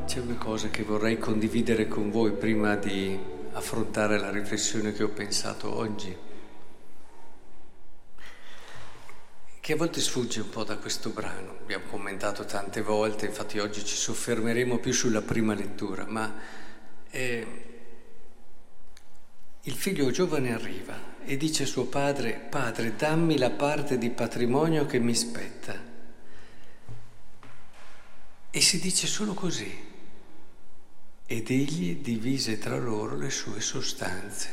C'è una cosa che vorrei condividere con voi prima di affrontare la riflessione che ho pensato oggi, che a volte sfugge un po' da questo brano. Abbiamo commentato tante volte, infatti oggi ci soffermeremo più sulla prima lettura, ma il figlio giovane arriva e dice a suo padre: «Padre, dammi la parte di patrimonio che mi spetta». E si dice solo così. Ed egli divise tra loro le sue sostanze.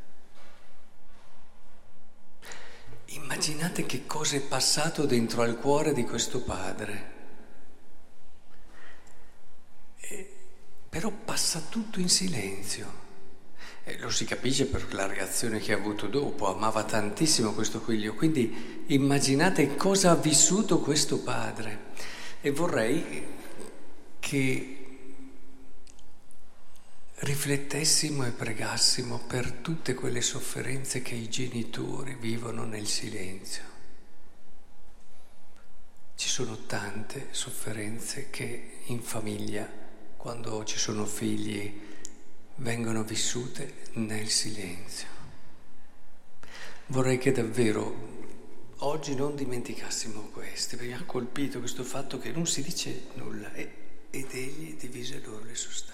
Immaginate che cosa è passato dentro al cuore di questo padre. Però passa tutto in silenzio. Lo si capisce per la reazione che ha avuto dopo. Amava tantissimo questo figlio. Quindi immaginate cosa ha vissuto questo padre. E vorrei che riflettessimo e pregassimo per tutte quelle sofferenze che i genitori vivono nel silenzio. Ci sono tante sofferenze che in famiglia, quando ci sono figli, vengono vissute nel silenzio. Vorrei che davvero oggi non dimenticassimo questo, perché mi ha colpito questo fatto che non si dice nulla ed egli divise loro le sostanze.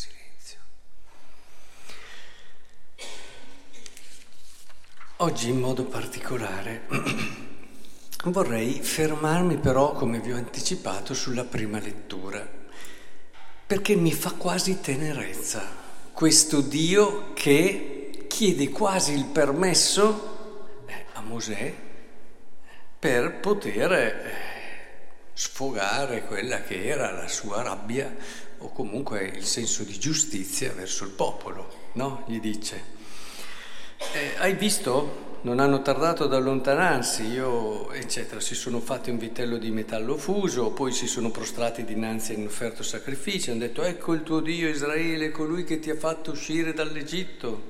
Oggi in modo particolare vorrei fermarmi però, come vi ho anticipato, sulla prima lettura, perché mi fa quasi tenerezza questo Dio che chiede quasi il permesso a Mosè per poter sfogare quella che era la sua rabbia o comunque il senso di giustizia verso il popolo, no? Gli dice: hai visto? Non hanno tardato ad allontanarsi, eccetera. Si sono fatti un vitello di metallo fuso, poi si sono prostrati dinanzi a un offerto sacrificio, hanno detto: ecco il tuo Dio Israele, colui che ti ha fatto uscire dall'Egitto.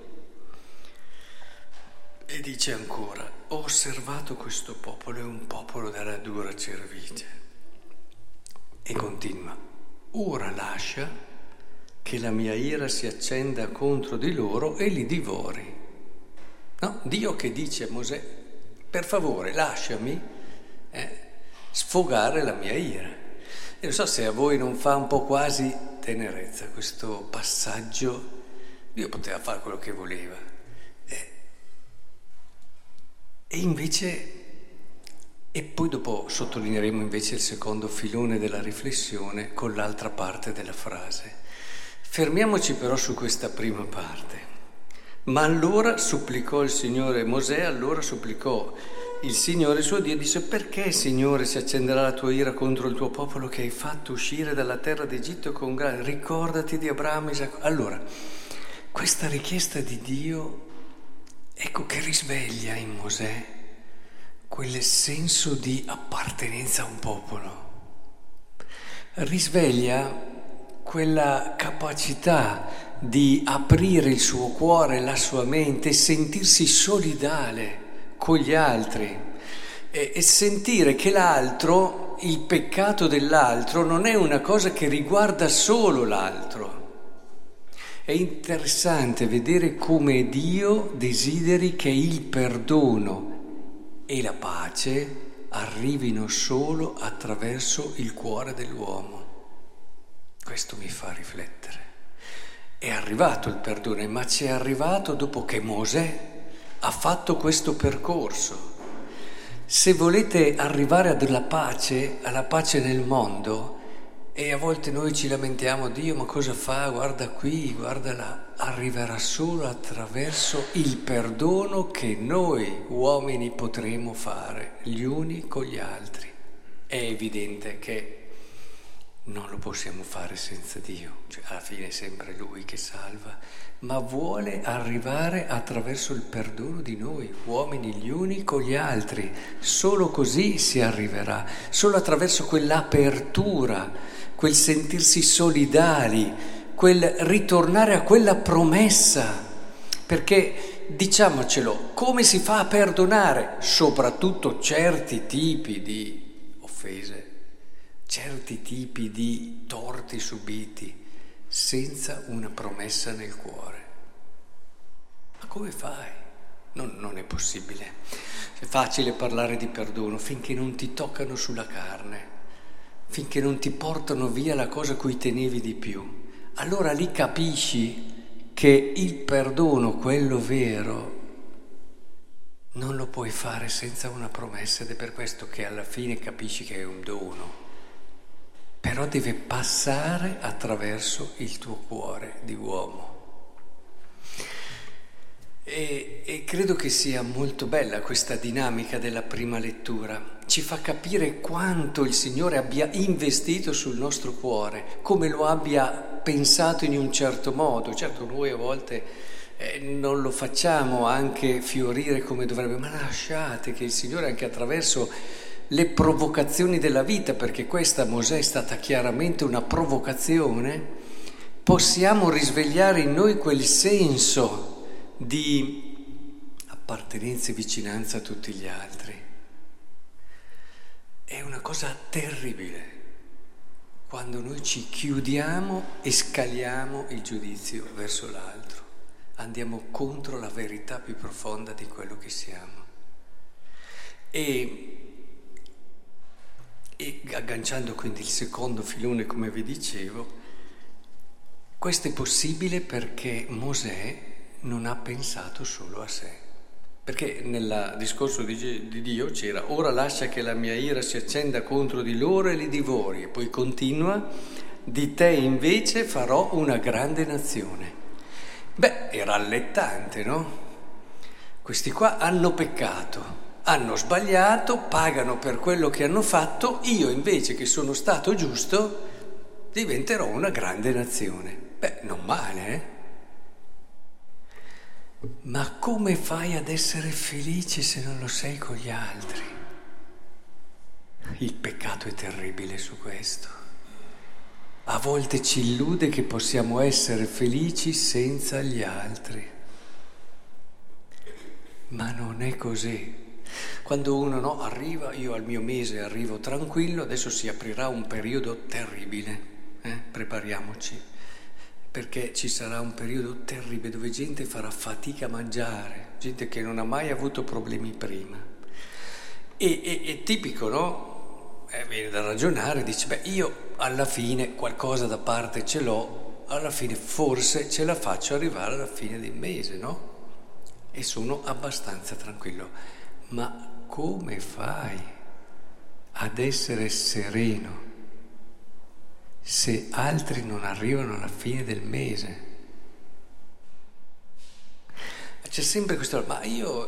E dice ancora: ho osservato questo popolo, è un popolo dalla dura cervice. E continua: ora lascia che la mia ira si accenda contro di loro e li divori. No? Dio che dice a Mosè: per favore lasciami sfogare la mia ira. E non so se a voi non fa un po' quasi tenerezza questo passaggio. Dio poteva fare quello che voleva. E invece, e poi dopo sottolineeremo invece il secondo filone della riflessione con l'altra parte della frase. Fermiamoci però su questa prima parte. Ma allora supplicò il Signore Mosè, allora supplicò il Signore suo Dio, dice: perché, Signore, si accenderà la tua ira contro il tuo popolo che hai fatto uscire dalla terra d'Egitto con grande? Ricordati di Abramo, Isacco. Allora, questa richiesta di Dio, ecco che risveglia in Mosè quel senso di appartenenza a un popolo. Risveglia quella capacità di aprire il suo cuore, la sua mente e sentirsi solidale con gli altri e sentire che l'altro, il peccato dell'altro, non è una cosa che riguarda solo l'altro. È interessante vedere come Dio desideri che il perdono e la pace arrivino solo attraverso il cuore dell'uomo. Questo mi fa riflettere. È arrivato il perdono, ma ci è arrivato dopo che Mosè ha fatto questo percorso. Se volete arrivare alla pace nel mondo, e a volte noi ci lamentiamo: Dio, ma cosa fa? Guarda qui, guarda là. Arriverà solo attraverso il perdono che noi uomini potremo fare gli uni con gli altri. È evidente che non lo possiamo fare senza Dio, cioè alla fine è sempre Lui che salva, ma vuole arrivare attraverso il perdono di noi, uomini gli uni con gli altri. Solo così si arriverà, solo attraverso quell'apertura, quel sentirsi solidali, quel ritornare a quella promessa, perché diciamocelo, come si fa a perdonare soprattutto certi tipi di offese, certi tipi di torti torti subiti, senza una promessa nel cuore. Ma come fai? Non è possibile. È facile parlare di perdono finché non ti toccano sulla carne, finché non ti portano via la cosa a cui tenevi di più. Allora lì capisci che il perdono, quello vero, non lo puoi fare senza una promessa, ed è per questo che alla fine capisci che è un dono. Però deve passare attraverso il tuo cuore di uomo. E credo che sia molto bella questa dinamica della prima lettura. Ci fa capire quanto il Signore abbia investito sul nostro cuore, come lo abbia pensato in un certo modo. Certo, noi a volte non lo facciamo anche fiorire come dovrebbe, ma lasciate che il Signore, anche attraverso le provocazioni della vita, perché questa a Mosè è stata chiaramente una provocazione, possiamo risvegliare in noi quel senso di appartenenza e vicinanza a tutti gli altri. È una cosa terribile quando noi ci chiudiamo e scaliamo il giudizio verso l'altro, andiamo contro la verità più profonda di quello che siamo. E agganciando quindi il secondo filone, come vi dicevo, questo è possibile perché Mosè non ha pensato solo a sé. Perché nel discorso di Dio c'era: ora lascia che la mia ira si accenda contro di loro e li divori. E poi continua: di te invece farò una grande nazione. Beh, era allettante, no? Questi qua hanno peccato, hanno sbagliato, pagano per quello che hanno fatto. Io invece, che sono stato giusto, diventerò una grande nazione. Beh, non male, eh? Ma come fai ad essere felice se non lo sei con gli altri? Il peccato è terribile su questo. A volte ci illude che possiamo essere felici senza gli altri. Ma non è così. Quando uno arriva, io al mio mese arrivo tranquillo, adesso si aprirà un periodo terribile, prepariamoci. Perché ci sarà un periodo terribile dove gente farà fatica a mangiare, gente che non ha mai avuto problemi prima. È tipico, no? Viene da ragionare, dice, io alla fine qualcosa da parte ce l'ho, alla fine forse ce la faccio arrivare alla fine del mese, no? E sono abbastanza tranquillo. Ma come fai ad essere sereno se altri non arrivano alla fine del mese? C'è sempre questo, ma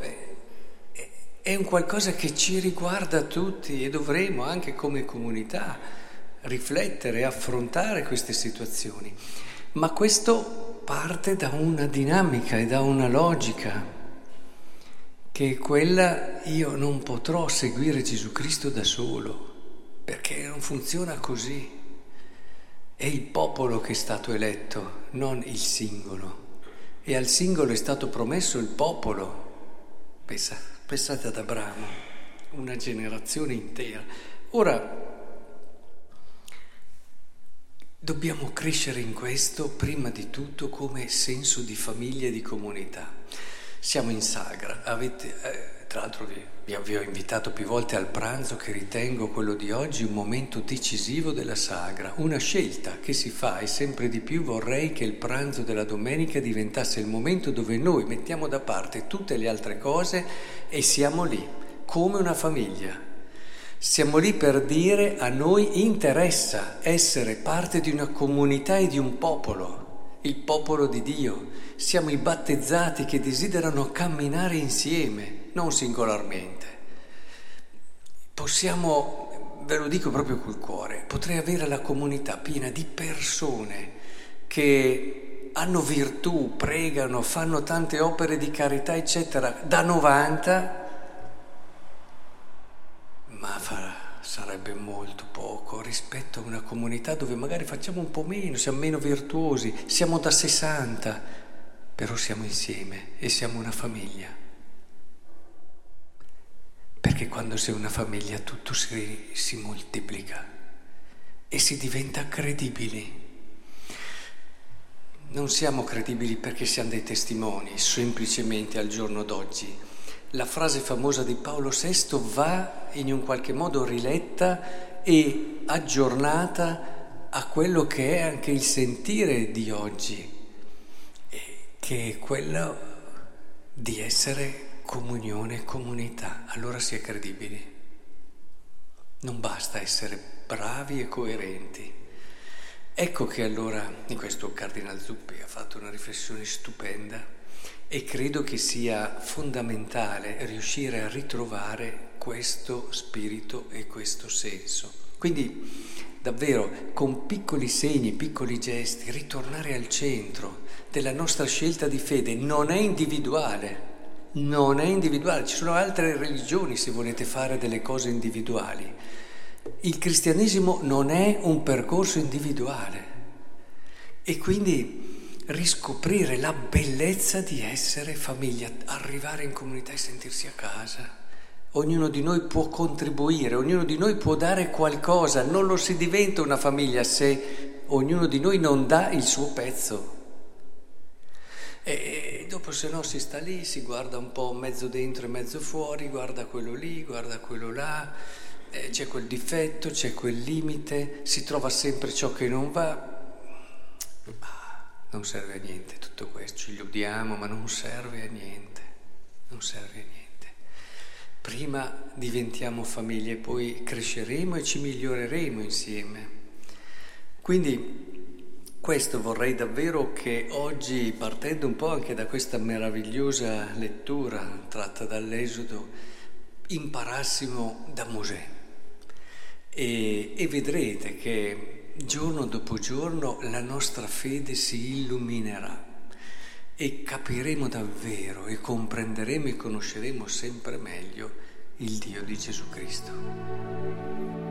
è un qualcosa che ci riguarda tutti e dovremo anche come comunità riflettere e affrontare queste situazioni. Ma questo parte da una dinamica e da una logica, che è quella: io non potrò seguire Gesù Cristo da solo, perché non funziona così. È il popolo che è stato eletto, non il singolo. E al singolo è stato promesso il popolo. Pensate ad Abramo, una generazione intera. Ora, dobbiamo crescere in questo, prima di tutto, come senso di famiglia e di comunità. Siamo in Sagra, tra l'altro vi ho invitato più volte al pranzo, che ritengo quello di oggi un momento decisivo della Sagra, una scelta che si fa, e sempre di più vorrei che il pranzo della domenica diventasse il momento dove noi mettiamo da parte tutte le altre cose e siamo lì, come una famiglia. Siamo lì per dire: a noi interessa essere parte di una comunità e di un popolo, il popolo di Dio. Siamo i battezzati che desiderano camminare insieme, non singolarmente. Possiamo, ve lo dico proprio col cuore, potrei avere la comunità piena di persone che hanno virtù, pregano, fanno tante opere di carità, eccetera, da 90, ma sarebbe molto poco rispetto a una comunità dove magari facciamo un po' meno, siamo meno virtuosi, siamo da 60, però siamo insieme e siamo una famiglia. Perché quando sei una famiglia tutto si moltiplica e si diventa credibili. Non siamo credibili perché siamo dei testimoni, semplicemente al giorno d'oggi. La frase famosa di Paolo VI va in un qualche modo riletta e aggiornata a quello che è anche il sentire di oggi, che è quello di essere comunione e comunità. Allora si è credibili. Non basta essere bravi e coerenti. Ecco che allora, in questo Cardinal Zuppi ha fatto una riflessione stupenda e credo che sia fondamentale riuscire a ritrovare questo spirito e questo senso. Quindi davvero con piccoli segni, piccoli gesti, ritornare al centro della nostra scelta di fede. Non è individuale, ci sono altre religioni se volete fare delle cose individuali. Il cristianesimo non è un percorso individuale e quindi riscoprire la bellezza di essere famiglia, arrivare in comunità e sentirsi a casa. Ognuno di noi può contribuire, ognuno di noi può dare qualcosa, non lo si diventa una famiglia se ognuno di noi non dà il suo pezzo. E dopo se no si sta lì, si guarda un po' mezzo dentro e mezzo fuori, guarda quello lì, guarda quello là, c'è quel difetto, c'è quel limite, si trova sempre ciò che non va. Non serve a niente tutto questo, ci illudiamo, ma non serve a niente, non serve a niente. Prima diventiamo famiglie, poi cresceremo e ci miglioreremo insieme. Quindi questo vorrei davvero che oggi, partendo un po' anche da questa meravigliosa lettura tratta dall'Esodo, imparassimo da Mosè e vedrete che giorno dopo giorno la nostra fede si illuminerà e capiremo davvero e comprenderemo e conosceremo sempre meglio il Dio di Gesù Cristo.